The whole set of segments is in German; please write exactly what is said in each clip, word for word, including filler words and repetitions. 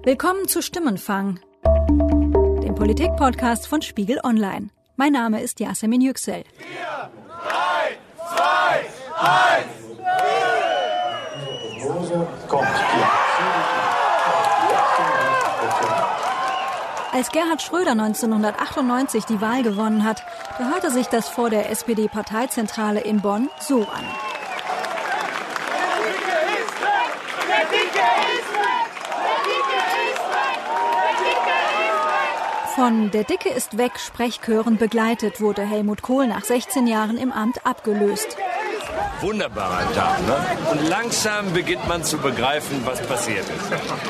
Willkommen zu Stimmenfang, dem Politik-Podcast von Spiegel Online. Mein Name ist Yasemin Yüksel. vier, drei, zwei, eins, Als Gerhard Schröder neunzehnhundertachtundneunzig die Wahl gewonnen hat, da hörte sich das vor der S P D-Parteizentrale in Bonn so an. Von Der Dicke ist weg Sprechchören begleitet wurde Helmut Kohl nach sechzehn Jahren im Amt abgelöst. Wunderbarer Tag, ne? Und langsam beginnt man zu begreifen, was passiert ist.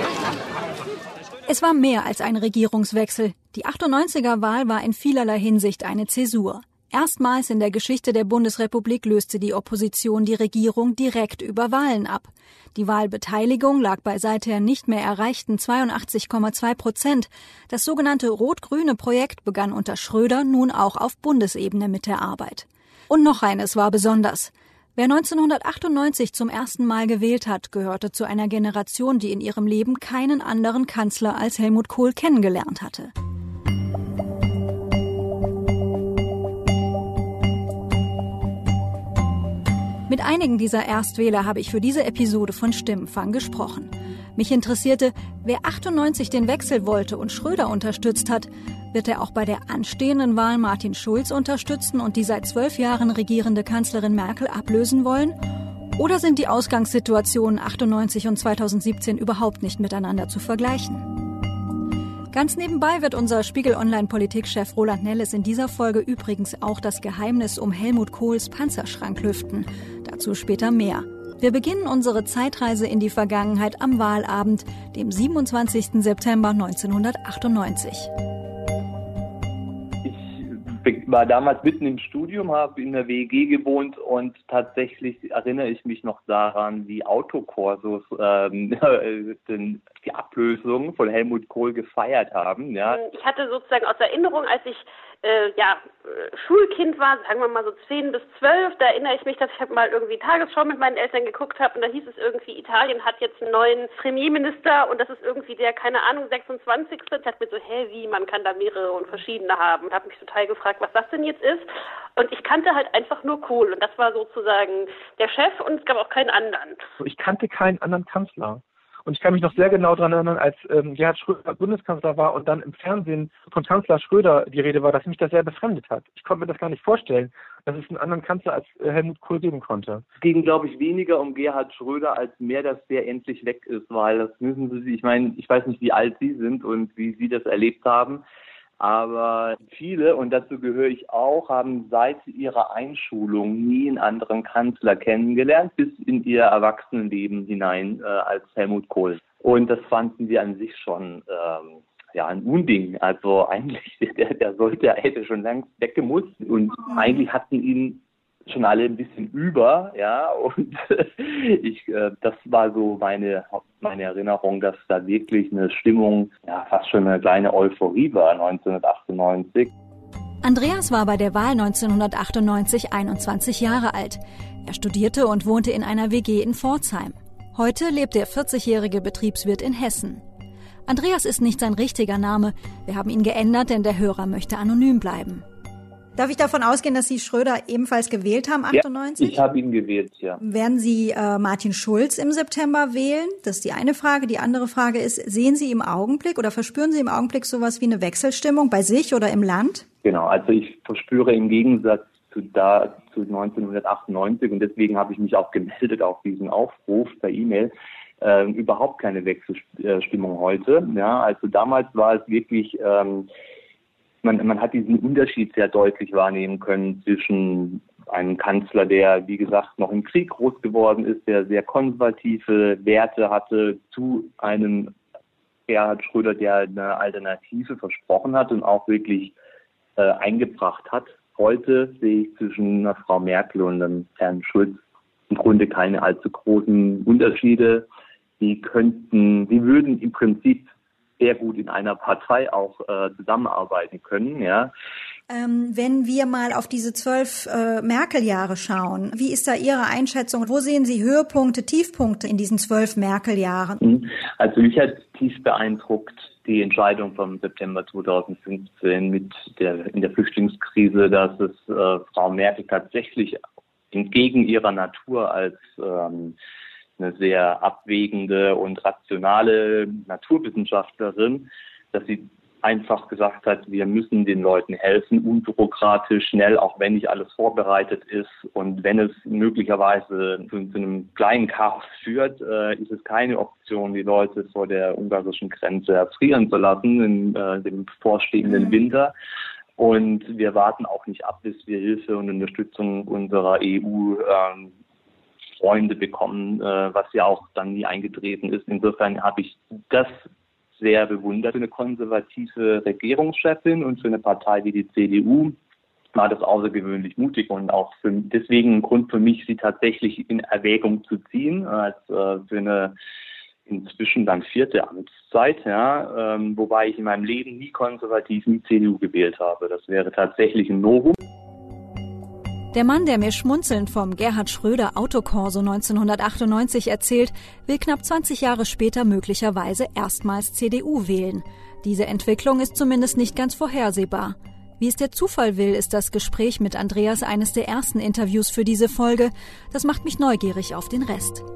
Es war mehr als ein Regierungswechsel. Die achtundneunziger-Wahl war in vielerlei Hinsicht eine Zäsur. Erstmals in der Geschichte der Bundesrepublik löste die Opposition die Regierung direkt über Wahlen ab. Die Wahlbeteiligung lag bei seither nicht mehr erreichten zweiundachtzig Komma zwei Prozent. Das sogenannte rot-grüne Projekt begann unter Schröder nun auch auf Bundesebene mit der Arbeit. Und noch eines war besonders. Wer neunzehnhundertachtundneunzig zum ersten Mal gewählt hat, gehörte zu einer Generation, die in ihrem Leben keinen anderen Kanzler als Helmut Kohl kennengelernt hatte. Mit einigen dieser Erstwähler habe ich für diese Episode von Stimmenfang gesprochen. Mich interessierte, wer achtundneunzig den Wechsel wollte und Schröder unterstützt hat, wird er auch bei der anstehenden Wahl Martin Schulz unterstützen und die seit zwölf Jahren regierende Kanzlerin Merkel ablösen wollen? Oder sind die Ausgangssituationen achtundneunzig und zweitausendsiebzehn überhaupt nicht miteinander zu vergleichen? Ganz nebenbei wird unser Spiegel-Online-Politikchef Roland Nelles in dieser Folge übrigens auch das Geheimnis um Helmut Kohls Panzerschrank lüften. Dazu später mehr. Wir beginnen unsere Zeitreise in die Vergangenheit am Wahlabend, dem siebenundzwanzigsten September neunzehnhundertachtundneunzig. Ich war damals mitten im Studium, habe in der W E G gewohnt und tatsächlich erinnere ich mich noch daran, wie Autokorsos ähm, die Ablösung von Helmut Kohl gefeiert haben. Ja. Ich hatte sozusagen aus Erinnerung, als ich äh, ja, Schulkind war, sagen wir mal so zehn bis zwölf, da erinnere ich mich, dass ich mal irgendwie Tagesschau mit meinen Eltern geguckt habe und da hieß es irgendwie, Italien hat jetzt einen neuen Premierminister und das ist irgendwie der, keine Ahnung, sechsundzwanzigste. Ich dachte mir so, hä, wie, man kann da mehrere und verschiedene haben und habe mich total gefragt, was das denn jetzt ist. Und ich kannte halt einfach nur Kohl und das war sozusagen der Chef und es gab auch keinen anderen. Ich kannte keinen anderen Kanzler. Und ich kann mich noch sehr genau daran erinnern, als ähm, Gerhard Schröder Bundeskanzler war und dann im Fernsehen von Kanzler Schröder die Rede war, dass mich das sehr befremdet hat. Ich konnte mir das gar nicht vorstellen, dass es einen anderen Kanzler als äh, Helmut Kohl geben konnte. Es ging, glaube ich, weniger um Gerhard Schröder, als mehr, dass der endlich weg ist, weil das müssen Sie sich, ich meine, ich weiß nicht, wie alt Sie sind und wie Sie das erlebt haben, aber viele, und dazu gehöre ich auch, haben seit ihrer Einschulung nie einen anderen Kanzler kennengelernt, bis in ihr Erwachsenenleben hinein äh, als Helmut Kohl. Und das fanden wir an sich schon ähm, ja ein Unding. Also eigentlich, der, der sollte, er hätte schon längst weggemusst und mhm. eigentlich hatten ihn schon alle ein bisschen über, ja, und ich, äh, das war so meine, meine Erinnerung, dass da wirklich eine Stimmung, ja, fast schon eine kleine Euphorie war neunzehnhundertachtundneunzig. Andreas war bei der Wahl neunzehnhundertachtundneunzig einundzwanzig Jahre alt. Er studierte und wohnte in einer W G in Pforzheim. Heute lebt der vierzigjährige Betriebswirt in Hessen. Andreas ist nicht sein richtiger Name. Wir haben ihn geändert, denn der Hörer möchte anonym bleiben. Darf ich davon ausgehen, dass Sie Schröder ebenfalls gewählt haben, achtundneunzig? Ja, ich habe ihn gewählt, ja. Werden Sie äh, Martin Schulz im September wählen? Das ist die eine Frage. Die andere Frage ist, sehen Sie im Augenblick oder verspüren Sie im Augenblick sowas wie eine Wechselstimmung bei sich oder im Land? Genau, also ich verspüre im Gegensatz zu da zu neunzehnhundertachtundneunzig und deswegen habe ich mich auch gemeldet auf diesen Aufruf per E-Mail. Äh, überhaupt keine Wechselstimmung heute. Ja, also damals war es wirklich... Ähm, Man, man hat diesen Unterschied sehr deutlich wahrnehmen können zwischen einem Kanzler, der, wie gesagt, noch im Krieg groß geworden ist, der sehr konservative Werte hatte, zu einem Gerhard Schröder, der eine Alternative versprochen hat und auch wirklich äh, eingebracht hat. Heute sehe ich zwischen einer Frau Merkel und einem Herrn Schulz im Grunde keine allzu großen Unterschiede. Die könnten, die würden im Prinzip sehr gut in einer Partei auch äh, zusammenarbeiten können, ja. Ähm, wenn wir mal auf diese zwölf äh, Merkel-Jahre schauen, wie ist da Ihre Einschätzung? Wo sehen Sie Höhepunkte, Tiefpunkte in diesen zwölf Merkel-Jahren? Also mich hat tief beeindruckt die Entscheidung vom September zweitausendfünfzehn mit der in der Flüchtlingskrise, dass es äh, Frau Merkel tatsächlich entgegen ihrer Natur als ähm, eine sehr abwägende und rationale Naturwissenschaftlerin, dass sie einfach gesagt hat, wir müssen den Leuten helfen, unbürokratisch, schnell, auch wenn nicht alles vorbereitet ist. Und wenn es möglicherweise zu, zu einem kleinen Chaos führt, äh, ist es keine Option, die Leute vor der ungarischen Grenze erfrieren zu lassen in äh, dem bevorstehenden mhm. Winter. Und wir warten auch nicht ab, bis wir Hilfe und Unterstützung unserer E U ähm, Freunde bekommen, äh, was ja auch dann nie eingetreten ist. Insofern habe ich das sehr bewundert. Für eine konservative Regierungschefin und für eine Partei wie die C D U war das außergewöhnlich mutig und auch für, deswegen ein Grund für mich, sie tatsächlich in Erwägung zu ziehen, als äh, für eine inzwischen dann vierte Amtszeit, ja, ähm, wobei ich in meinem Leben nie konservativ, nie C D U gewählt habe. Das wäre tatsächlich ein Novum. Der Mann, der mir schmunzelnd vom Gerhard Schröder Autokorso neunzehnhundertachtundneunzig erzählt, will knapp zwanzig Jahre später möglicherweise erstmals C D U wählen. Diese Entwicklung ist zumindest nicht ganz vorhersehbar. Wie es der Zufall will, ist das Gespräch mit Andreas eines der ersten Interviews für diese Folge. Das macht mich neugierig auf den Rest.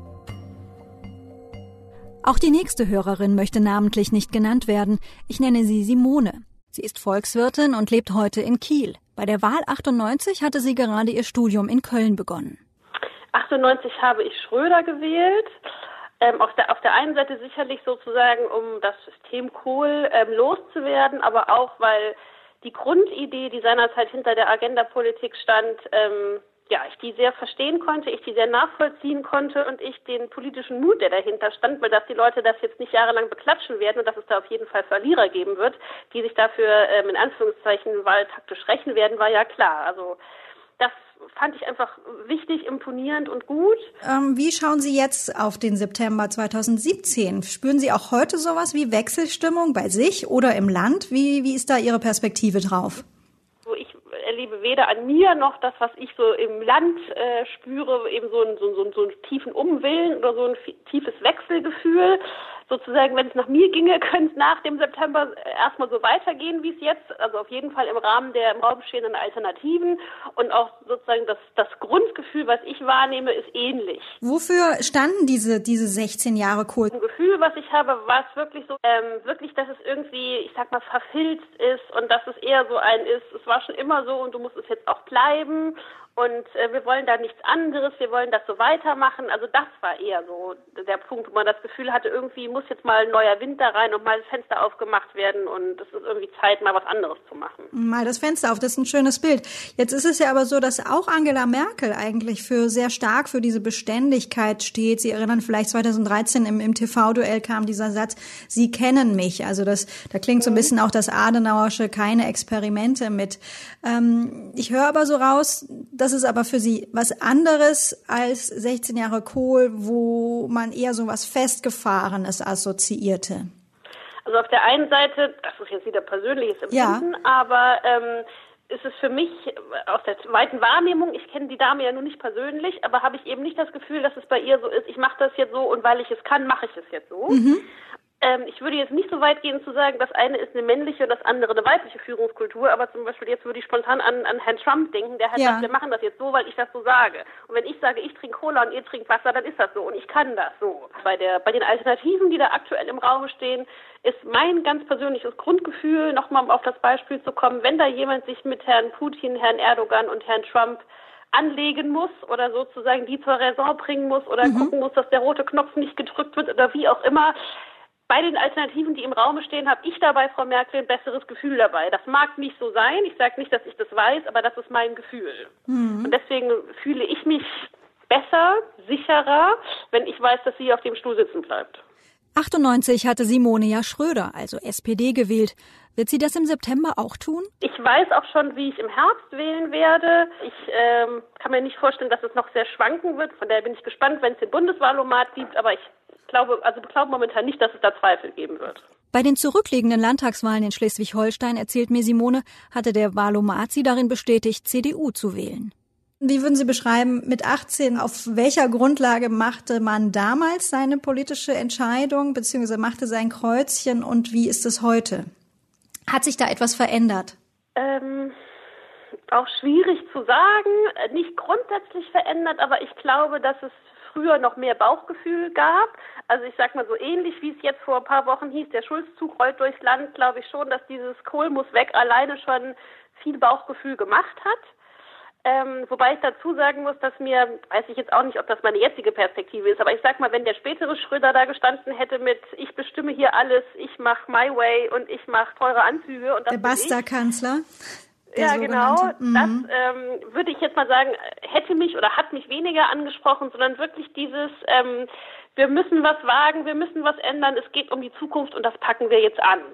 Auch die nächste Hörerin möchte namentlich nicht genannt werden. Ich nenne sie Simone. Sie ist Volkswirtin und lebt heute in Kiel. Bei der Wahl achtundneunzig hatte sie gerade ihr Studium in Köln begonnen. achtundneunzig habe ich Schröder gewählt. Ähm, auf, der, auf der einen Seite sicherlich sozusagen, um das System Kohl ähm, loszuwerden, aber auch, weil die Grundidee, die seinerzeit hinter der Agenda-Politik stand, ähm, ja, ich die sehr verstehen konnte, ich die sehr nachvollziehen konnte und ich den politischen Mut, der dahinter stand, weil dass die Leute das jetzt nicht jahrelang beklatschen werden und dass es da auf jeden Fall Verlierer geben wird, die sich dafür ähm, in Anführungszeichen wahltaktisch rächen werden, war ja klar. Also das fand ich einfach wichtig, imponierend und gut. Ähm, wie schauen Sie jetzt auf den September zweitausendsiebzehn? Spüren Sie auch heute sowas wie Wechselstimmung bei sich oder im Land? Wie, wie ist da Ihre Perspektive drauf? Ich erlebe weder an mir noch das, was ich so im Land äh, spüre, eben so, ein, so, so, so einen tiefen Umwillen oder so ein tiefes Wechselgefühl. Sozusagen, wenn es nach mir ginge, könnte es nach dem September erstmal so weitergehen, wie es jetzt, also auf jeden Fall im Rahmen der im Raum stehenden Alternativen und auch sozusagen das, das Grundgefühl, was ich wahrnehme, ist ähnlich. Wofür standen diese, diese sechzehn Jahre Kohl? Ein Gefühl, was ich habe, war es wirklich so, ähm, wirklich, dass es irgendwie, ich sag mal, verfilzt ist und dass es eher so ein ist, es war schon immer so und du musst es jetzt auch bleiben. Und äh, wir wollen da nichts anderes, wir wollen das so weitermachen. Also das war eher so der Punkt, wo man das Gefühl hatte, irgendwie muss jetzt mal ein neuer Wind da rein und mal das Fenster aufgemacht werden und es ist irgendwie Zeit, mal was anderes zu machen. Mal das Fenster auf, das ist ein schönes Bild. Jetzt ist es ja aber so, dass auch Angela Merkel eigentlich für sehr stark für diese Beständigkeit steht. Sie erinnern vielleicht zweitausenddreizehn im, im T V-Duell kam dieser Satz, Sie kennen mich. Also das, da klingt so ein bisschen auch das Adenauersche, keine Experimente mit. Ähm, ich höre aber so raus, das ist aber für Sie was anderes als sechzehn Jahre Kohl, wo man eher so was Festgefahrenes assoziierte. Also auf der einen Seite, das ist jetzt wieder persönliches Empfinden, ja. aber ähm, ist es für mich aus der weiten Wahrnehmung, ich kenne die Dame ja nun nicht persönlich, aber habe ich eben nicht das Gefühl, dass es bei ihr so ist, ich mache das jetzt so und weil ich es kann, mache ich es jetzt so. Mhm. Ähm, ich würde jetzt nicht so weit gehen zu sagen, das eine ist eine männliche und das andere eine weibliche Führungskultur, aber zum Beispiel jetzt würde ich spontan an, an Herrn Trump denken, der halt ja. sagt, wir machen das jetzt so, weil ich das so sage. Und wenn ich sage, ich trinke Cola und ihr trinkt Wasser, dann ist das so und ich kann das so. Bei der, bei den Alternativen, die da aktuell im Raum stehen, ist mein ganz persönliches Grundgefühl, nochmal auf das Beispiel zu kommen, wenn da jemand sich mit Herrn Putin, Herrn Erdogan und Herrn Trump anlegen muss oder sozusagen die zur Raison bringen muss oder mhm. gucken muss, dass der rote Knopf nicht gedrückt wird oder wie auch immer. Bei den Alternativen, die im Raum stehen, habe ich dabei, Frau Merkel, ein besseres Gefühl dabei. Das mag nicht so sein. Ich sage nicht, dass ich das weiß, aber das ist mein Gefühl. Mhm. Und deswegen fühle ich mich besser, sicherer, wenn ich weiß, dass sie auf dem Stuhl sitzen bleibt. achtundneunzig hatte Simone ja Schröder, also S P D, gewählt. Wird sie das im September auch tun? Ich weiß auch schon, wie ich im Herbst wählen werde. Ich ähm, kann mir nicht vorstellen, dass es noch sehr schwanken wird. Von daher bin ich gespannt, wenn es den Bundeswahlomat gibt. Aber ich glaube, also glaube momentan nicht, dass es da Zweifel geben wird. Bei den zurückliegenden Landtagswahlen in Schleswig-Holstein, erzählt mir Simone, hatte der Wahlomat sie darin bestätigt, C D U zu wählen. Wie würden Sie beschreiben, mit achtzehn, auf welcher Grundlage machte man damals seine politische Entscheidung, beziehungsweise machte sein Kreuzchen, und wie ist es heute? Hat sich da etwas verändert? Ähm, auch schwierig zu sagen, nicht grundsätzlich verändert, aber ich glaube, dass es früher noch mehr Bauchgefühl gab. Also ich sag mal so ähnlich, wie es jetzt vor ein paar Wochen hieß, der Schulzzug rollt durchs Land, glaube ich schon, dass dieses Kohl muss weg alleine schon viel Bauchgefühl gemacht hat. Ähm, wobei ich dazu sagen muss, dass mir, weiß ich jetzt auch nicht, ob das meine jetzige Perspektive ist, aber ich sag mal, wenn der spätere Schröder da gestanden hätte mit ich bestimme hier alles, ich mach my way und ich mach teure Anzüge und das der Basta-Kanzler. Ja, genau. Mhm. Das ähm, würde ich jetzt mal sagen, hätte mich oder hat mich weniger angesprochen, sondern wirklich dieses, ähm, wir müssen was wagen, wir müssen was ändern, es geht um die Zukunft und das packen wir jetzt an.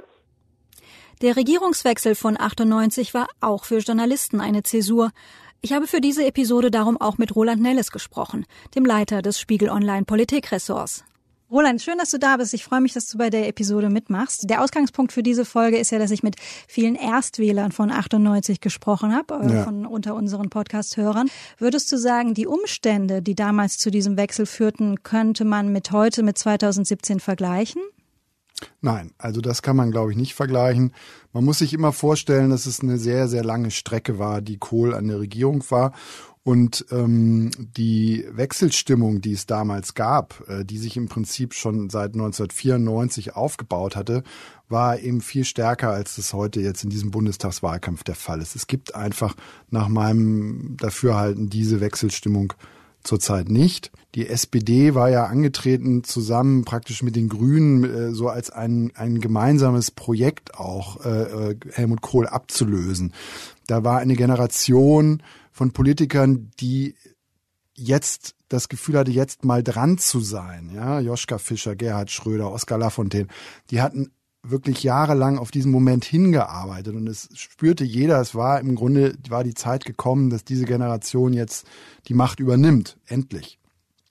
Der Regierungswechsel von achtundneunzig war auch für Journalisten eine Zäsur. Ich habe für diese Episode darum auch mit Roland Nelles gesprochen, dem Leiter des Spiegel Online Politikressorts. Roland, schön, dass du da bist. Ich freue mich, dass du bei der Episode mitmachst. Der Ausgangspunkt für diese Folge ist ja, dass ich mit vielen Erstwählern von achtundneunzig gesprochen habe, äh, ja. von unter unseren Podcast-Hörern. Würdest du sagen, die Umstände, die damals zu diesem Wechsel führten, könnte man mit heute, mit zweitausendsiebzehn vergleichen? Nein, also das kann man, glaube ich, nicht vergleichen. Man muss sich immer vorstellen, dass es eine sehr, sehr lange Strecke war, die Kohl an der Regierung war. Und ähm, die Wechselstimmung, die es damals gab, äh, die sich im Prinzip schon seit neunzehnhundertvierundneunzig aufgebaut hatte, war eben viel stärker, als das heute jetzt in diesem Bundestagswahlkampf der Fall ist. Es gibt einfach nach meinem Dafürhalten diese Wechselstimmung zurzeit nicht. Die S P D war ja angetreten zusammen praktisch mit den Grünen äh, so als ein ein gemeinsames Projekt auch äh, Helmut Kohl abzulösen. Da war eine Generation von Politikern, die jetzt das Gefühl hatte, jetzt mal dran zu sein. Ja, Joschka Fischer, Gerhard Schröder, Oskar Lafontaine, die hatten wirklich jahrelang auf diesen Moment hingearbeitet und es spürte jeder, es war im Grunde, war die Zeit gekommen, dass diese Generation jetzt die Macht übernimmt, endlich.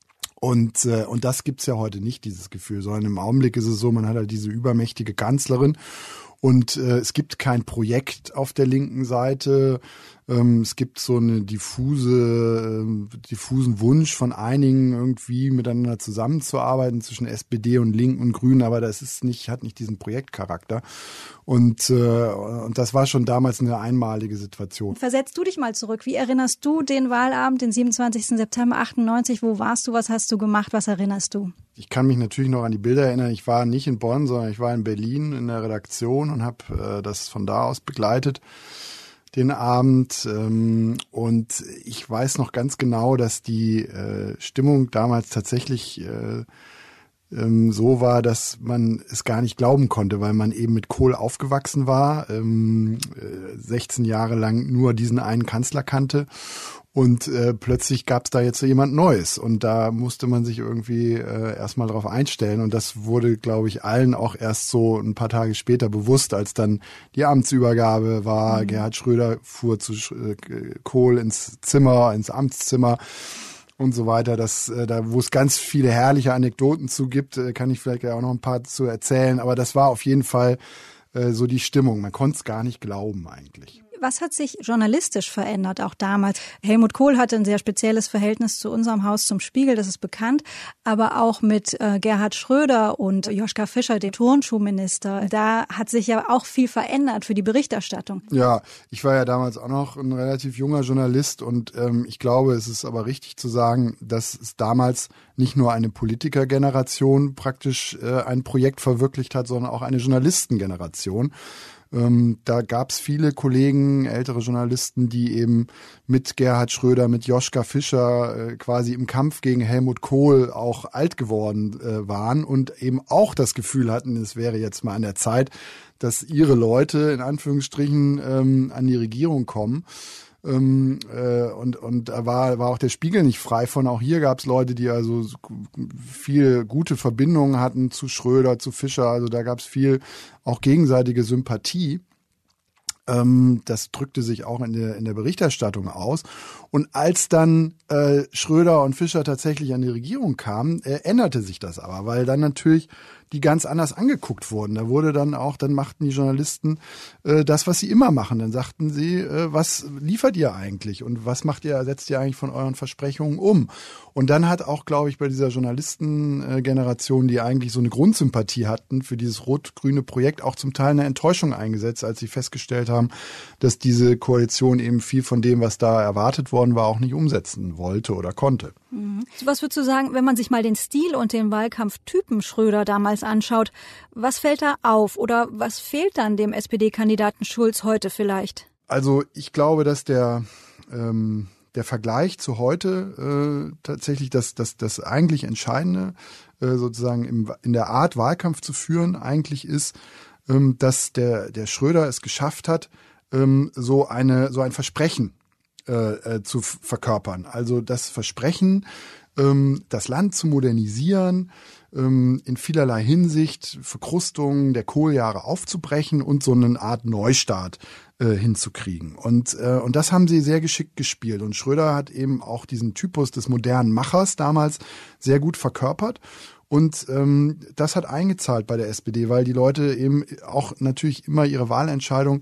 Und äh, und das gibt's ja heute nicht, dieses Gefühl, sondern im Augenblick ist es so, man hat halt diese übermächtige Kanzlerin und äh, es gibt kein Projekt auf der linken Seite. Ähm, es gibt so eine diffuse, äh, diffusen Wunsch von einigen, irgendwie miteinander zusammenzuarbeiten zwischen S P D und Linken und Grünen, aber das ist nicht, hat nicht diesen Projektcharakter. Und, äh, und das war schon damals eine einmalige Situation. Versetzt du dich mal zurück. Wie erinnerst du den Wahlabend, den siebenundzwanzigsten September achtundneunzig? Wo warst du? Was hast du gemacht? Was erinnerst du? Ich kann mich natürlich noch an die Bilder erinnern. Ich war nicht in Bonn, sondern ich war in Berlin in der Redaktion und habe äh, das von da aus begleitet, den Abend. Ähm, und ich weiß noch ganz genau, dass die äh, Stimmung damals tatsächlich äh, ähm, so war, dass man es gar nicht glauben konnte, weil man eben mit Kohl aufgewachsen war, ähm, äh, sechzehn Jahre lang nur diesen einen Kanzler kannte. Und äh, plötzlich gab es da jetzt so jemand Neues und da musste man sich irgendwie äh, erstmal drauf einstellen und das wurde, glaube ich, allen auch erst so ein paar Tage später bewusst, als dann die Amtsübergabe war. Mhm. Gerhard Schröder fuhr zu äh, Kohl ins Zimmer, ins Amtszimmer und so weiter. Das, äh, da, wo es ganz viele herrliche Anekdoten zu gibt, äh, kann ich vielleicht auch noch ein paar zu erzählen, aber das war auf jeden Fall äh, so die Stimmung. Man konnte es gar nicht glauben eigentlich. Was hat sich journalistisch verändert, auch damals? Helmut Kohl hatte ein sehr spezielles Verhältnis zu unserem Haus, zum Spiegel, das ist bekannt, aber auch mit äh, Gerhard Schröder und Joschka Fischer, dem Turnschuhminister. Da hat sich ja auch viel verändert für die Berichterstattung. Ja, ich war ja damals auch noch ein relativ junger Journalist und ähm, ich glaube, es ist aber richtig zu sagen, dass es damals nicht nur eine Politikergeneration praktisch äh, ein Projekt verwirklicht hat, sondern auch eine Journalistengeneration. Ähm, da gab es viele Kollegen, ältere Journalisten, die eben mit Gerhard Schröder, mit Joschka Fischer äh, quasi im Kampf gegen Helmut Kohl auch alt geworden äh, waren und eben auch das Gefühl hatten, es wäre jetzt mal an der Zeit, dass ihre Leute in Anführungsstrichen ähm, an die Regierung kommen. Ähm, äh, und und da war, war auch der Spiegel nicht frei von. Auch hier gab es Leute, die also viel gute Verbindungen hatten zu Schröder, zu Fischer. Also da gab es viel auch gegenseitige Sympathie. Ähm, das drückte sich auch in der in der Berichterstattung aus. Und als dann äh, Schröder und Fischer tatsächlich an die Regierung kamen, äh, änderte sich das aber, weil dann natürlich die ganz anders angeguckt wurden. Da wurde dann auch, dann machten die Journalisten äh, das, was sie immer machen. Dann sagten sie, äh, was liefert ihr eigentlich und was macht ihr, setzt ihr eigentlich von euren Versprechungen um? Und dann hat auch, glaube ich, bei dieser Journalistengeneration, die eigentlich so eine Grundsympathie hatten für dieses rot-grüne Projekt, auch zum Teil eine Enttäuschung eingesetzt, als sie festgestellt haben, dass diese Koalition eben viel von dem, was da erwartet worden war, auch nicht umsetzen wollte oder konnte. Mhm. Was würdest du sagen, wenn man sich mal den Stil und den Wahlkampftypen Schröder damals anschaut, was fällt da auf oder was fehlt dann dem S P D-Kandidaten Schulz heute vielleicht? Also ich glaube, dass der ähm, der Vergleich zu heute äh, tatsächlich das, das, das eigentlich Entscheidende äh, sozusagen im, in der Art, Wahlkampf zu führen, eigentlich ist, ähm, dass der, der Schröder es geschafft hat, ähm, so eine so ein Versprechen äh, äh, zu f- verkörpern. Also das Versprechen, ähm, das Land zu modernisieren, ähm, in vielerlei Hinsicht Verkrustungen der Kohljahre aufzubrechen und so eine Art Neustart äh, hinzukriegen. Und, äh, und das haben sie sehr geschickt gespielt. Und Schröder hat eben auch diesen Typus des modernen Machers damals sehr gut verkörpert. Und ähm, das hat eingezahlt bei der S P D, weil die Leute eben auch natürlich immer ihre Wahlentscheidung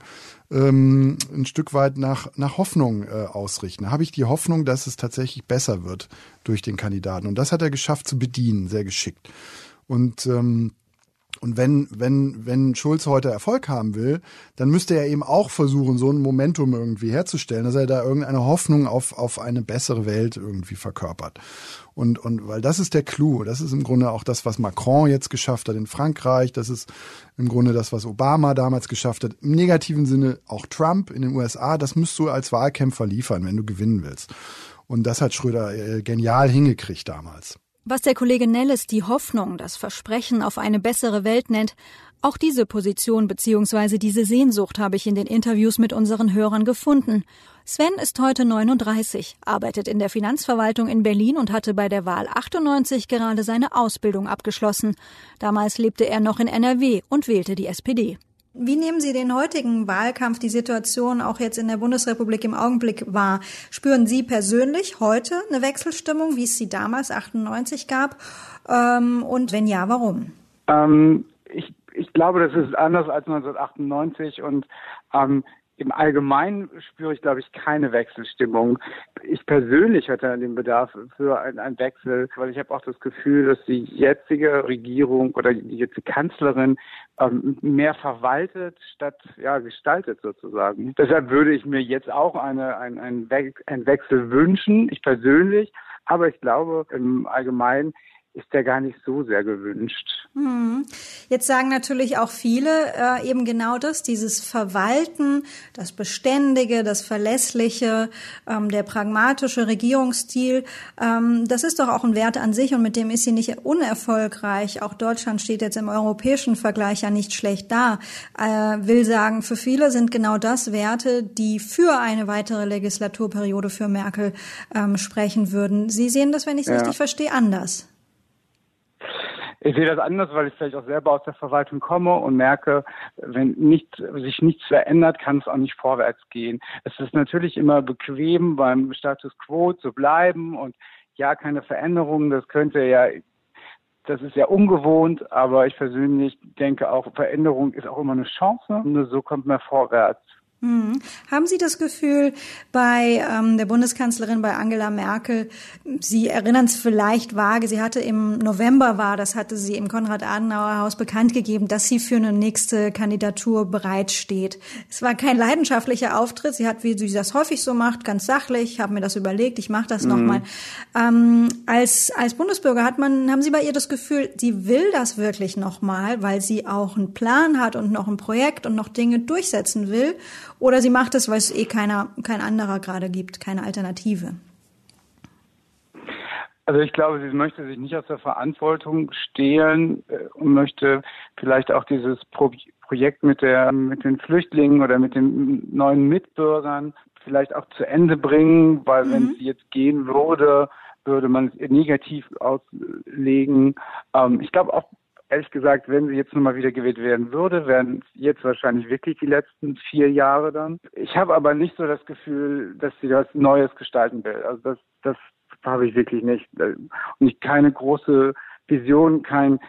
ähm, ein Stück weit nach, nach Hoffnung äh, ausrichten. Da habe ich die Hoffnung, dass es tatsächlich besser wird durch den Kandidaten. Und das hat er geschafft zu bedienen, sehr geschickt. Und ähm, Und wenn, wenn, wenn Schulz heute Erfolg haben will, dann müsste er eben auch versuchen, so ein Momentum irgendwie herzustellen, dass er da irgendeine Hoffnung auf, auf eine bessere Welt irgendwie verkörpert. Und, und, weil das ist der Clou. Das ist im Grunde auch das, was Macron jetzt geschafft hat in Frankreich. Das ist im Grunde das, was Obama damals geschafft hat. Im negativen Sinne auch Trump in den U S A. Das müsst du als Wahlkämpfer liefern, wenn du gewinnen willst. Und das hat Schröder äh, genial hingekriegt damals. Was der Kollege Nelles die Hoffnung, das Versprechen auf eine bessere Welt nennt, auch diese Position bzw. diese Sehnsucht habe ich in den Interviews mit unseren Hörern gefunden. Sven ist heute neununddreißig, arbeitet in der Finanzverwaltung in Berlin und hatte bei der Wahl achtundneunzig gerade seine Ausbildung abgeschlossen. Damals lebte er noch in N R W und wählte die S P D. Wie nehmen Sie den heutigen Wahlkampf, die Situation auch jetzt in der Bundesrepublik im Augenblick wahr? Spüren Sie persönlich heute eine Wechselstimmung, wie es sie damals achtundneunzig gab? Ähm, und wenn ja, warum? Ähm, ich, ich glaube, das ist anders als neunzehnhundertachtundneunzig und ähm, im Allgemeinen spüre ich, glaube ich, keine Wechselstimmung. Ich persönlich hatte den Bedarf für einen Wechsel, weil ich habe auch das Gefühl, dass die jetzige Regierung oder die jetzige Kanzlerin ähm, mehr verwaltet statt ja gestaltet sozusagen. Deshalb würde ich mir jetzt auch eine, ein, ein, We- einen Wechsel wünschen, ich persönlich. Aber ich glaube, im Allgemeinen ist der gar nicht so sehr gewünscht. Hm. Jetzt sagen natürlich auch viele äh, eben genau das, dieses Verwalten, das Beständige, das Verlässliche, ähm, der pragmatische Regierungsstil, ähm, das ist doch auch ein Wert an sich und mit dem ist sie nicht unerfolgreich. Auch Deutschland steht jetzt im europäischen Vergleich ja nicht schlecht da. Äh, will sagen, für viele sind genau das Werte, die für eine weitere Legislaturperiode für Merkel ähm, sprechen würden. Sie sehen das, wenn ich es Ja. richtig verstehe, anders. Ich sehe das anders, weil ich vielleicht auch selber aus der Verwaltung komme und merke, wenn nicht, sich nichts verändert, kann es auch nicht vorwärts gehen. Es ist natürlich immer bequem, beim Status quo zu bleiben und ja, keine Veränderungen. Das könnte ja, das ist ja ungewohnt, aber ich persönlich denke auch, Veränderung ist auch immer eine Chance. Nur so kommt man vorwärts. Hm. Haben Sie das Gefühl bei ähm, der Bundeskanzlerin, bei Angela Merkel, Sie erinnern es vielleicht vage, sie hatte im November war, das hatte sie im Konrad-Adenauer-Haus bekannt gegeben, dass sie für eine nächste Kandidatur bereitsteht. Es war kein leidenschaftlicher Auftritt, sie hat, wie sie das häufig so macht, ganz sachlich, ich habe mir das überlegt, ich mache das mhm. nochmal. Ähm, als, als Bundesbürger hat man, haben Sie bei ihr das Gefühl, sie will das wirklich nochmal, weil sie auch einen Plan hat und noch ein Projekt und noch Dinge durchsetzen will? Oder sie macht es, weil es eh keiner, kein anderer gerade gibt, keine Alternative? Also ich glaube, sie möchte sich nicht aus der Verantwortung stehlen und möchte vielleicht auch dieses Pro- Projekt mit der, mit den Flüchtlingen oder mit den neuen Mitbürgern vielleicht auch zu Ende bringen, weil mhm. wenn sie jetzt gehen würde, würde man es negativ auslegen. Ähm, ich glaube auch, ehrlich gesagt, wenn sie jetzt nochmal wieder gewählt werden würde, wären es jetzt wahrscheinlich wirklich die letzten vier Jahre dann. Ich habe aber nicht so das Gefühl, dass sie was Neues gestalten will. Also das, das habe ich wirklich nicht. Und ich keine große Vision, kein,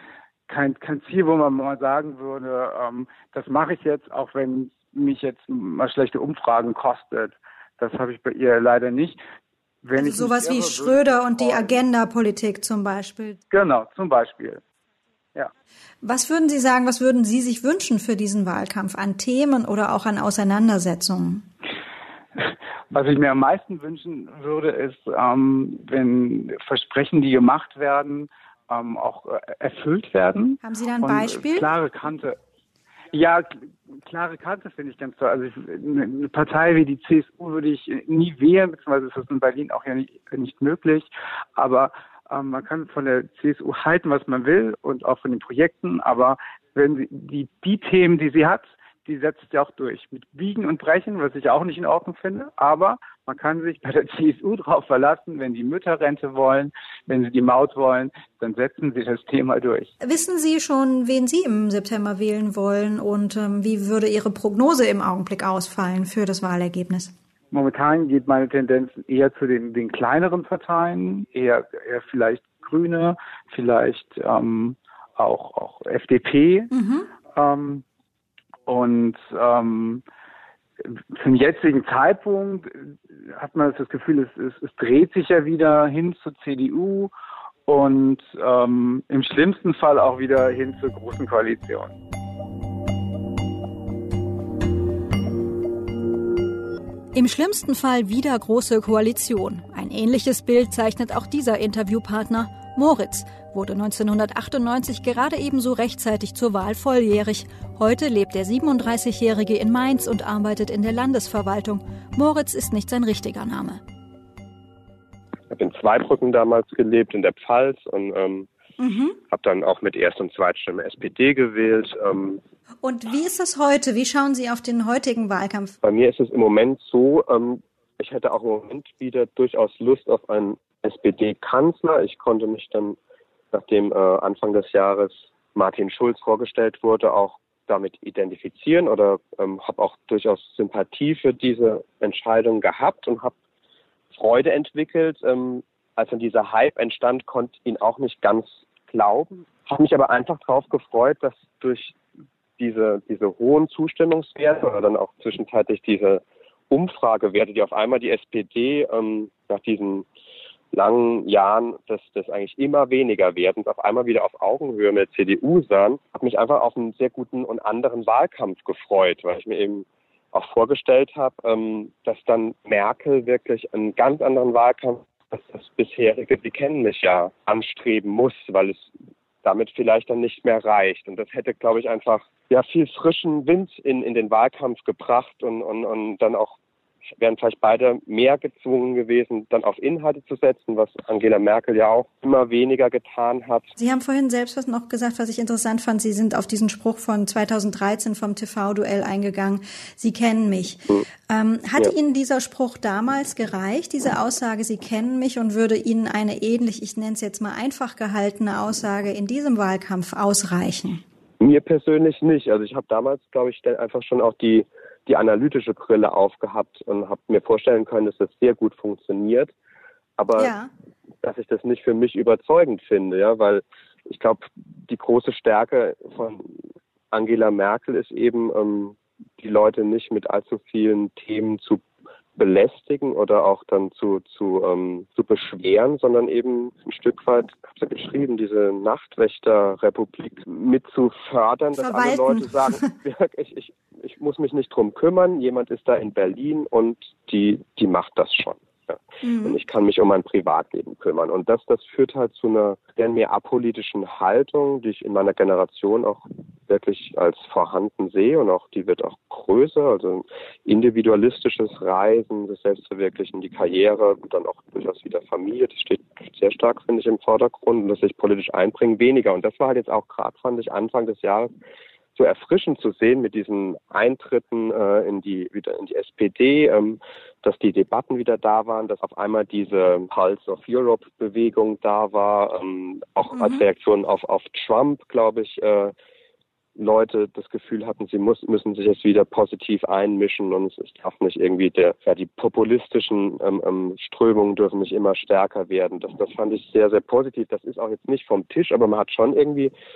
kein, kein Ziel, wo man mal sagen würde, ähm, das mache ich jetzt, auch wenn mich jetzt mal schlechte Umfragen kostet. Das habe ich bei ihr leider nicht. Wenn also ich sowas irre, wie Schröder und die Agenda-Politik zum Beispiel. Genau, zum Beispiel. Ja. Was würden Sie sagen, was würden Sie sich wünschen für diesen Wahlkampf an Themen oder auch an Auseinandersetzungen? Was ich mir am meisten wünschen würde, ist, ähm, wenn Versprechen, die gemacht werden, ähm, auch äh, erfüllt werden. Haben Sie da ein und Beispiel? Klare Kante. Ja, klare Kante finde ich ganz toll. Also ich, eine Partei wie die C S U würde ich nie wählen, beziehungsweise ist das in Berlin auch ja nicht, nicht möglich. Aber ähm, man kann von der C S U halten, was man will und auch von den Projekten. Aber wenn sie die, die Themen, die sie hat, die setzt sie auch durch. Mit Biegen und Brechen, was ich auch nicht in Ordnung finde. Aber man kann sich bei der C S U drauf verlassen, wenn die Mütterrente wollen, wenn sie die Maut wollen, dann setzen sie das Thema durch. Wissen Sie schon, wen Sie im September wählen wollen und ähm, wie würde Ihre Prognose im Augenblick ausfallen für das Wahlergebnis? Momentan geht meine Tendenz eher zu den, den kleineren Parteien, eher, eher vielleicht Grüne, vielleicht ähm, auch, auch F D P. Mhm. Ähm, Und ähm, zum jetzigen Zeitpunkt hat man das Gefühl, es, es, es dreht sich ja wieder hin zur C D U und ähm, im schlimmsten Fall auch wieder hin zur Großen Koalition. Im schlimmsten Fall wieder Große Koalition. Ein ähnliches Bild zeichnet auch dieser Interviewpartner. Moritz wurde neunzehnhundertachtundneunzig gerade ebenso rechtzeitig zur Wahl volljährig. Heute lebt der siebenunddreißigjährige in Mainz und arbeitet in der Landesverwaltung. Moritz ist nicht sein richtiger Name. Ich habe in Zweibrücken damals gelebt, in der Pfalz, und ähm, mhm. habe dann auch mit Erst- und Zweitstimme S P D gewählt. Ähm, und wie ist das heute? Wie schauen Sie auf den heutigen Wahlkampf? Bei mir ist es im Moment so, ähm, ich hätte auch im Moment wieder durchaus Lust auf einen S P D-Kanzler. Ich konnte mich dann, nachdem äh, Anfang des Jahres Martin Schulz vorgestellt wurde, auch damit identifizieren oder ähm, habe auch durchaus Sympathie für diese Entscheidung gehabt und habe Freude entwickelt. Ähm, als dann dieser Hype entstand, konnte ich ihn auch nicht ganz glauben. Habe mich aber einfach darauf gefreut, dass durch diese, diese hohen Zustimmungswerte oder dann auch zwischenzeitlich diese Umfragewerte, die auf einmal die S P D ähm, nach diesen langen Jahren des, des eigentlich immer weniger Werdens auf einmal wieder auf Augenhöhe mit der C D U sahen, habe mich einfach auf einen sehr guten und anderen Wahlkampf gefreut, weil ich mir eben auch vorgestellt habe, ähm, dass dann Merkel wirklich einen ganz anderen Wahlkampf als das bisherige, Sie kennen mich ja, anstreben muss, weil es damit vielleicht dann nicht mehr reicht. Und das hätte, glaube ich, einfach ja viel frischen Wind in, in den Wahlkampf gebracht und, und, und dann auch wären vielleicht beide mehr gezwungen gewesen, dann auf Inhalte zu setzen, was Angela Merkel ja auch immer weniger getan hat. Sie haben vorhin selbst was noch gesagt, was ich interessant fand. Sie sind auf diesen Spruch von zweitausenddreizehn vom T V-Duell eingegangen. Sie kennen mich. Hm. Ähm, hat ja. Ihnen dieser Spruch damals gereicht, diese Aussage, Sie kennen mich, und würde Ihnen eine ähnlich, ich nenne es jetzt mal einfach gehaltene Aussage in diesem Wahlkampf ausreichen? Mir persönlich nicht. Also ich habe damals, glaube ich, einfach schon auch die die analytische Brille aufgehabt und habe mir vorstellen können, dass das sehr gut funktioniert, aber ja. dass ich das nicht für mich überzeugend finde, ja, weil ich glaube, die große Stärke von Angela Merkel ist eben, ähm, die Leute nicht mit allzu vielen Themen zu belästigen oder auch dann zu zu ähm, zu beschweren, sondern eben ein Stück weit, ich habe es ja geschrieben, diese Nachtwächterrepublik mit zu fördern, dass alle Leute sagen, ich, ich, ich muss mich nicht drum kümmern, jemand ist da in Berlin und die die macht das schon. Ja. Mhm. Und ich kann mich um mein Privatleben kümmern. Und das, das führt halt zu einer sehr mehr apolitischen Haltung, die ich in meiner Generation auch wirklich als vorhanden sehe, und auch die wird auch größer, also individualistisches Reisen, das Selbstverwirklichen, die Karriere und dann auch durchaus wieder Familie, das steht sehr stark, finde ich, im Vordergrund, und das sich politisch einbringen, weniger. Und das war halt jetzt auch gerade, fand ich, Anfang des Jahres so erfrischend zu sehen mit diesen Eintritten äh, in die wieder in die S P D, ähm, dass die Debatten wieder da waren, dass auf einmal diese Pulse of Europe Bewegung da war, ähm, auch mhm. als Reaktion auf auf Trump, glaube ich, äh, Leute das Gefühl hatten, sie muss, müssen sich jetzt wieder positiv einmischen, und es darf nicht irgendwie der, ja, die populistischen ähm, ähm, Strömungen dürfen nicht immer stärker werden. Das, das fand ich sehr, sehr positiv. Das ist auch jetzt nicht vom Tisch, aber man hat schon irgendwie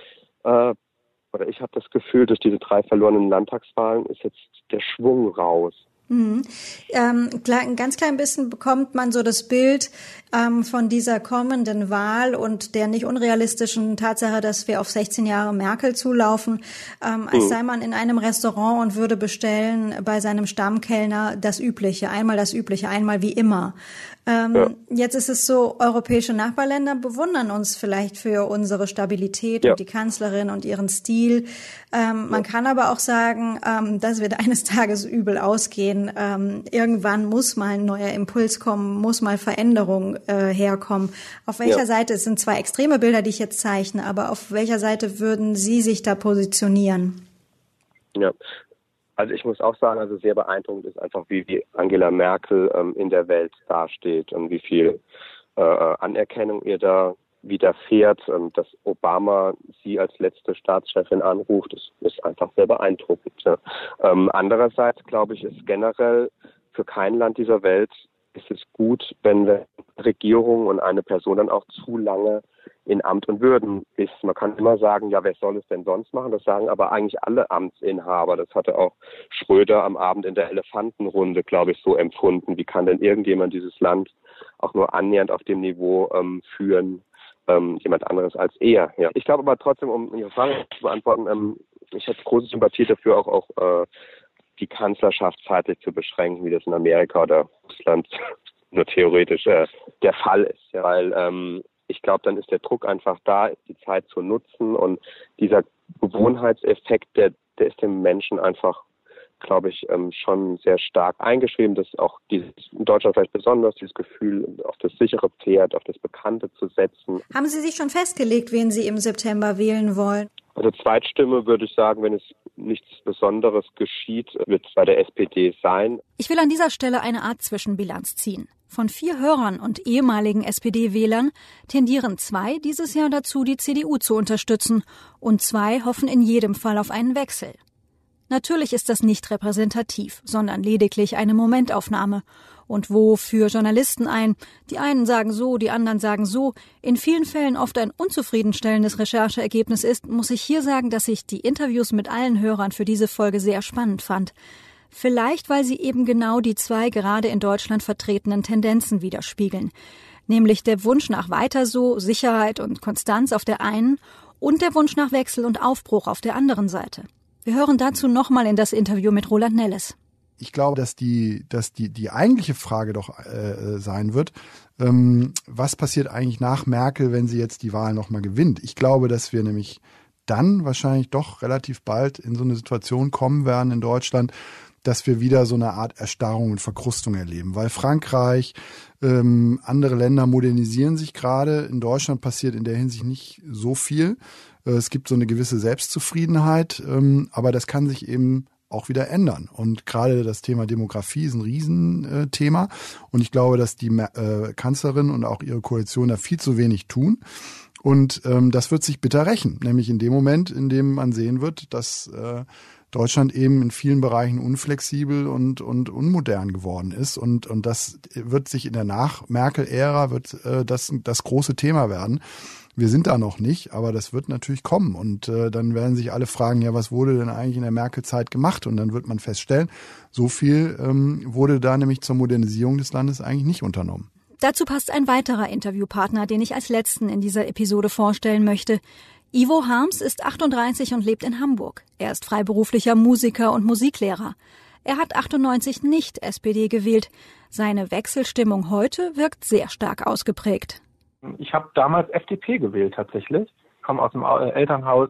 äh, oder ich habe das Gefühl, durch diese drei verlorenen Landtagswahlen ist jetzt der Schwung raus. Mhm. Ähm, ein ganz klein bisschen bekommt man so das Bild ähm, von dieser kommenden Wahl und der nicht unrealistischen Tatsache, dass wir auf sechzehn Jahre Merkel zulaufen, ähm, als mhm. sei man in einem Restaurant und würde bestellen bei seinem Stammkellner das Übliche, einmal das Übliche, einmal wie immer. Ähm, ja. Jetzt ist es so, europäische Nachbarländer bewundern uns vielleicht für unsere Stabilität ja. und die Kanzlerin und ihren Stil. Ähm, ja. Man kann aber auch sagen, ähm, das wird eines Tages übel ausgehen. Ähm, irgendwann muss mal ein neuer Impuls kommen, muss mal Veränderung äh, herkommen. Auf welcher ja. Seite, es sind zwei extreme Bilder, die ich jetzt zeichne, aber auf welcher Seite würden Sie sich da positionieren? Ja. Also ich muss auch sagen, also sehr beeindruckend ist einfach, wie, wie Angela Merkel ähm, in der Welt dasteht und wie viel äh, Anerkennung ihr da widerfährt. Ähm, dass Obama sie als letzte Staatschefin anruft, das ist einfach sehr beeindruckend. Ja. Ähm, andererseits, glaube ich, ist generell für kein Land dieser Welt ist es gut, wenn eine Regierung und eine Person dann auch zu lange in Amt und Würden ist. Man kann immer sagen, ja, wer soll es denn sonst machen? Das sagen aber eigentlich alle Amtsinhaber. Das hatte auch Schröder am Abend in der Elefantenrunde, glaube ich, so empfunden. Wie kann denn irgendjemand dieses Land auch nur annähernd auf dem Niveau ähm, führen, ähm, jemand anderes als er? Ja. Ich glaube aber trotzdem, um Ihre Frage zu beantworten, ähm, ich hätte große Sympathie dafür, auch, auch äh, die Kanzlerschaft zeitlich zu beschränken, wie das in Amerika oder Russland nur theoretisch äh, der Fall ist. Ja, weil ähm, ich glaube, dann ist der Druck einfach da, die Zeit zu nutzen und dieser Gewohnheitseffekt, der, der ist dem Menschen einfach, glaube ich, ähm, schon sehr stark eingeschrieben. Das ist auch dieses, in Deutschland vielleicht besonders, dieses Gefühl, auf das sichere Pferd, auf das Bekannte zu setzen. Haben Sie sich schon festgelegt, wen Sie im September wählen wollen? Also Zweitstimme würde ich sagen, wenn es nichts Besonderes geschieht, wird es bei der S P D sein. Ich will an dieser Stelle eine Art Zwischenbilanz ziehen. Von vier Hörern und ehemaligen S P D-Wählern tendieren zwei dieses Jahr dazu, die C D U zu unterstützen, und zwei hoffen in jedem Fall auf einen Wechsel. Natürlich ist das nicht repräsentativ, sondern lediglich eine Momentaufnahme. Und wo für Journalisten ein, die einen sagen so, die anderen sagen so, in vielen Fällen oft ein unzufriedenstellendes Rechercheergebnis ist, muss ich hier sagen, dass ich die Interviews mit allen Hörern für diese Folge sehr spannend fand. Vielleicht, weil sie eben genau die zwei gerade in Deutschland vertretenen Tendenzen widerspiegeln. Nämlich der Wunsch nach weiter so, Sicherheit und Konstanz auf der einen und der Wunsch nach Wechsel und Aufbruch auf der anderen Seite. Wir hören dazu nochmal in das Interview mit Roland Nelles. Ich glaube, dass die, dass die, die eigentliche Frage doch äh, sein wird, ähm, was passiert eigentlich nach Merkel, wenn sie jetzt die Wahl nochmal gewinnt? Ich glaube, dass wir nämlich dann wahrscheinlich doch relativ bald in so eine Situation kommen werden in Deutschland, dass wir wieder so eine Art Erstarrung und Verkrustung erleben. Weil Frankreich, ähm, andere Länder modernisieren sich gerade. In Deutschland passiert in der Hinsicht nicht so viel. Äh, es gibt so eine gewisse Selbstzufriedenheit, ähm, aber das kann sich eben auch wieder ändern. Und gerade das Thema Demografie ist ein Riesenthema. Und ich glaube, dass die äh, Kanzlerin und auch ihre Koalition da viel zu wenig tun. Und ähm, das wird sich bitter rächen. Nämlich in dem Moment, in dem man sehen wird, dass äh, Deutschland eben in vielen Bereichen unflexibel und und unmodern geworden ist. Und und das wird sich in der Nach-Merkel-Ära wird äh, das das große Thema werden. Wir sind da noch nicht, aber das wird natürlich kommen. Und äh, dann werden sich alle fragen, ja, was wurde denn eigentlich in der Merkel-Zeit gemacht? Und dann wird man feststellen, so viel ähm, wurde da nämlich zur Modernisierung des Landes eigentlich nicht unternommen. Dazu passt ein weiterer Interviewpartner, den ich als letzten in dieser Episode vorstellen möchte. Ivo Harms ist achtunddreißig und lebt in Hamburg. Er ist freiberuflicher Musiker und Musiklehrer. Er hat achtundneunzig nicht S P D gewählt. Seine Wechselstimmung heute wirkt sehr stark ausgeprägt. Ich habe damals F D P gewählt tatsächlich. Ich komme aus dem Elternhaus,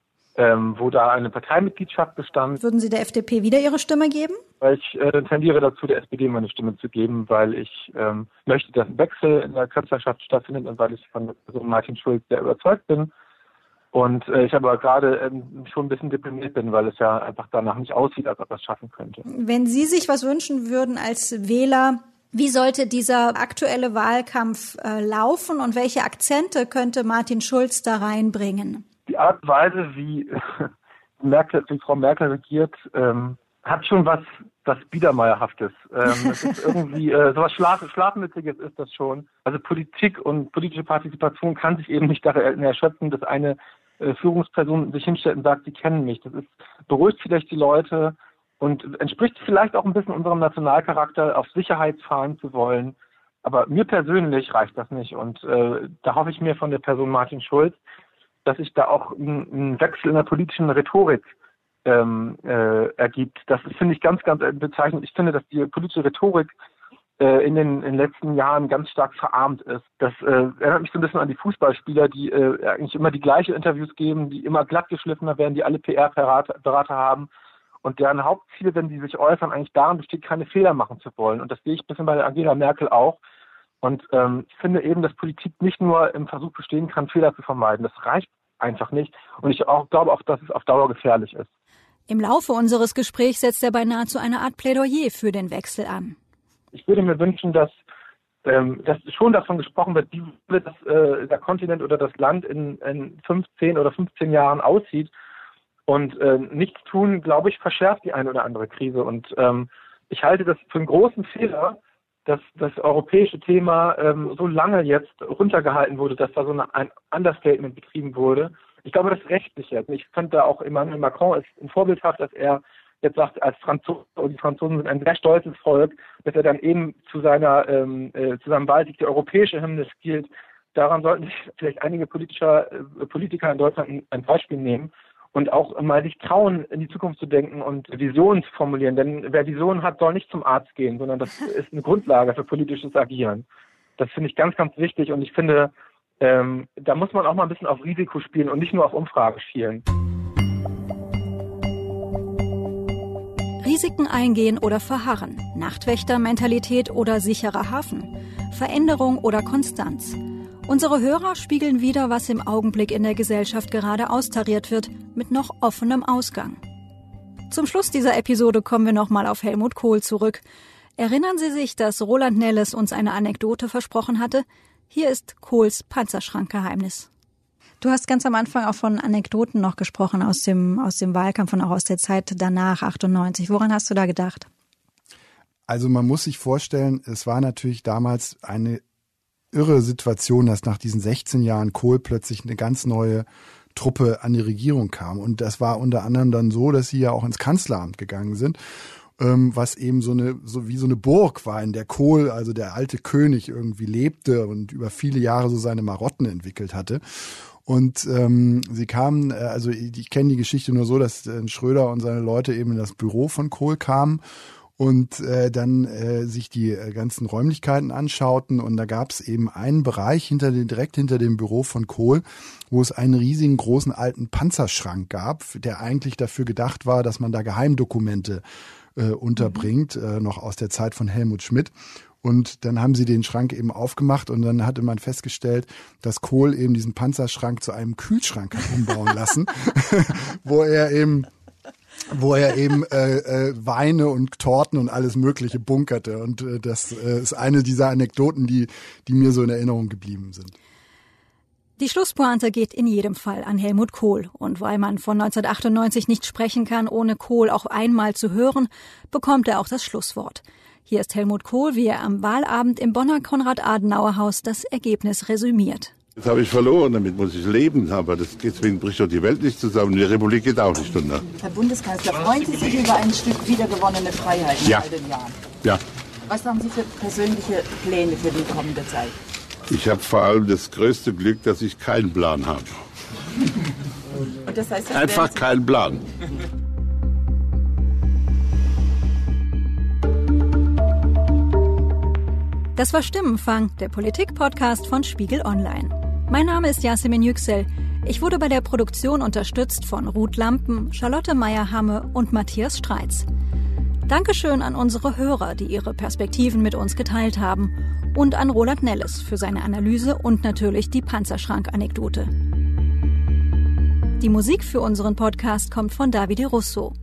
ähm, wo da eine Parteimitgliedschaft bestand. Würden Sie der F D P wieder Ihre Stimme geben? Ich äh, tendiere dazu, der S P D meine Stimme zu geben, weil ich ähm, möchte, dass ein Wechsel in der Kanzlerschaft stattfindet und weil ich von der Person Martin Schulz sehr überzeugt bin. Und äh, ich aber gerade ähm, schon ein bisschen deprimiert bin, weil es ja einfach danach nicht aussieht, als ob er es schaffen könnte. Wenn Sie sich was wünschen würden als Wähler, wie sollte dieser aktuelle Wahlkampf äh, laufen und welche Akzente könnte Martin Schulz da reinbringen? Die Art und Weise, wie, Merkel, wie Frau Merkel regiert, ähm, hat schon was, was Biedermeierhaftes. Ähm, es ist irgendwie äh, sowas Schlaf, Schlafmütziges ist das schon. Also Politik und politische Partizipation kann sich eben nicht darin erschöpfen, das eine äh, Führungsperson sich hinstellt und sagt, sie kennen mich. Das ist, beruhigt vielleicht die Leute und entspricht vielleicht auch ein bisschen unserem Nationalcharakter, auf Sicherheit fahren zu wollen. Aber mir persönlich reicht das nicht. Und äh, da hoffe ich mir von der Person Martin Schulz, dass sich da auch ein, ein Wechsel in der politischen Rhetorik ähm, äh, ergibt. Das finde ich ganz, ganz bezeichnend. Ich finde, dass die politische Rhetorik äh, in, den, in den letzten Jahren ganz stark verarmt ist. Das äh, erinnert mich so ein bisschen an die Fußballspieler, die äh, eigentlich immer die gleichen Interviews geben, die immer glatt geschliffener werden, die alle P R-Berater haben. Und deren Hauptziel, wenn sie sich äußern, eigentlich darin besteht, keine Fehler machen zu wollen. Und das sehe ich ein bisschen bei der Angela Merkel auch. Und ähm, ich finde eben, dass Politik nicht nur im Versuch bestehen kann, Fehler zu vermeiden. Das reicht einfach nicht. Und ich auch, glaube auch, dass es auf Dauer gefährlich ist. Im Laufe unseres Gesprächs setzt er bei nahezu eine Art Plädoyer für den Wechsel an. Ich würde mir wünschen, dass, ähm, dass schon davon gesprochen wird, wie das, äh, der Kontinent oder das Land in, in fünfzehn oder fünfzehn Jahren aussieht. Und äh, nichts tun, glaube ich, verschärft die eine oder andere Krise. Und ähm, ich halte das für einen großen Fehler, dass das europäische Thema ähm, so lange jetzt runtergehalten wurde, dass da so eine, ein Understatement betrieben wurde. Ich glaube, das rächt sich jetzt. Ich fand da auch Emmanuel Macron ist ein vorbildhaft, dass er jetzt sagt, als Franzose, und die Franzosen sind ein sehr stolzes Volk, dass er dann eben zu seiner ähm, äh, zu seinem Wahlsieg die europäische Hymne spielt. Daran sollten sich vielleicht einige politischer, äh, Politiker in Deutschland ein, ein Beispiel nehmen. Und auch mal sich trauen, in die Zukunft zu denken und Visionen zu formulieren. Denn wer Visionen hat, soll nicht zum Arzt gehen, sondern das ist eine Grundlage für politisches Agieren. Das finde ich ganz, ganz wichtig. Und ich finde, ähm, da muss man auch mal ein bisschen auf Risiko spielen und nicht nur auf Umfrage schielen. Risiken eingehen oder verharren. Nachtwächtermentalität oder sicherer Hafen. Veränderung oder Konstanz. Unsere Hörer spiegeln wider, was im Augenblick in der Gesellschaft gerade austariert wird, mit noch offenem Ausgang. Zum Schluss dieser Episode kommen wir nochmal auf Helmut Kohl zurück. Erinnern Sie sich, dass Roland Nelles uns eine Anekdote versprochen hatte? Hier ist Kohls Panzerschrankgeheimnis. Du hast ganz am Anfang auch von Anekdoten noch gesprochen aus dem, aus dem Wahlkampf und auch aus der Zeit danach, achtundneunzig. Woran hast du da gedacht? Also man muss sich vorstellen, es war natürlich damals eine irre Situation, dass nach diesen sechzehn Jahren Kohl plötzlich eine ganz neue Truppe an die Regierung kam. Und das war unter anderem dann so, dass sie ja auch ins Kanzleramt gegangen sind, ähm, was eben so eine, so wie so eine Burg war, in der Kohl, also der alte König, irgendwie lebte und über viele Jahre so seine Marotten entwickelt hatte. Und ähm, sie kamen, also ich, ich kenne die Geschichte nur so, dass äh, Schröder und seine Leute eben in das Büro von Kohl kamen und äh, dann äh, sich die äh, ganzen Räumlichkeiten anschauten. Und da gab es eben einen Bereich hinter den, direkt hinter dem Büro von Kohl, wo es einen riesigen großen alten Panzerschrank gab, der eigentlich dafür gedacht war, dass man da Geheimdokumente äh, unterbringt, äh, noch aus der Zeit von Helmut Schmidt. Und dann haben sie den Schrank eben aufgemacht und dann hatte man festgestellt, dass Kohl eben diesen Panzerschrank zu einem Kühlschrank hat umbauen lassen, wo er eben wo er eben äh, äh, Weine und Torten und alles Mögliche bunkerte. Und äh, das äh, ist eine dieser Anekdoten, die, die mir so in Erinnerung geblieben sind. Die Schlusspointe geht in jedem Fall an Helmut Kohl. Und weil man von neunzehnhundertachtundneunzig nicht sprechen kann, ohne Kohl auch einmal zu hören, bekommt er auch das Schlusswort. Hier ist Helmut Kohl, wie er am Wahlabend im Bonner Konrad-Adenauer-Haus das Ergebnis resümiert. Das habe ich verloren, damit muss ich leben, aber das, deswegen bricht doch die Welt nicht zusammen. Die Republik geht auch nicht unter. Herr Bundeskanzler, freuen Sie sich über ein Stück wiedergewonnene Freiheit in ja. all den Jahren? Ja. Was haben Sie für persönliche Pläne für die kommende Zeit? Ich habe vor allem das größte Glück, dass ich keinen Plan habe. Und das heißt, das Einfach keinen Plan. Das war Stimmenfang, der Politik-Podcast von Spiegel Online. Mein Name ist Yasemin Yüksel. Ich wurde bei der Produktion unterstützt von Ruth Lampen, Charlotte Meyer-Hamme und Matthias Streitz. Dankeschön an unsere Hörer, die ihre Perspektiven mit uns geteilt haben. Und an Roland Nelles für seine Analyse und natürlich die Panzerschrank-Anekdote. Die Musik für unseren Podcast kommt von Davide Russo.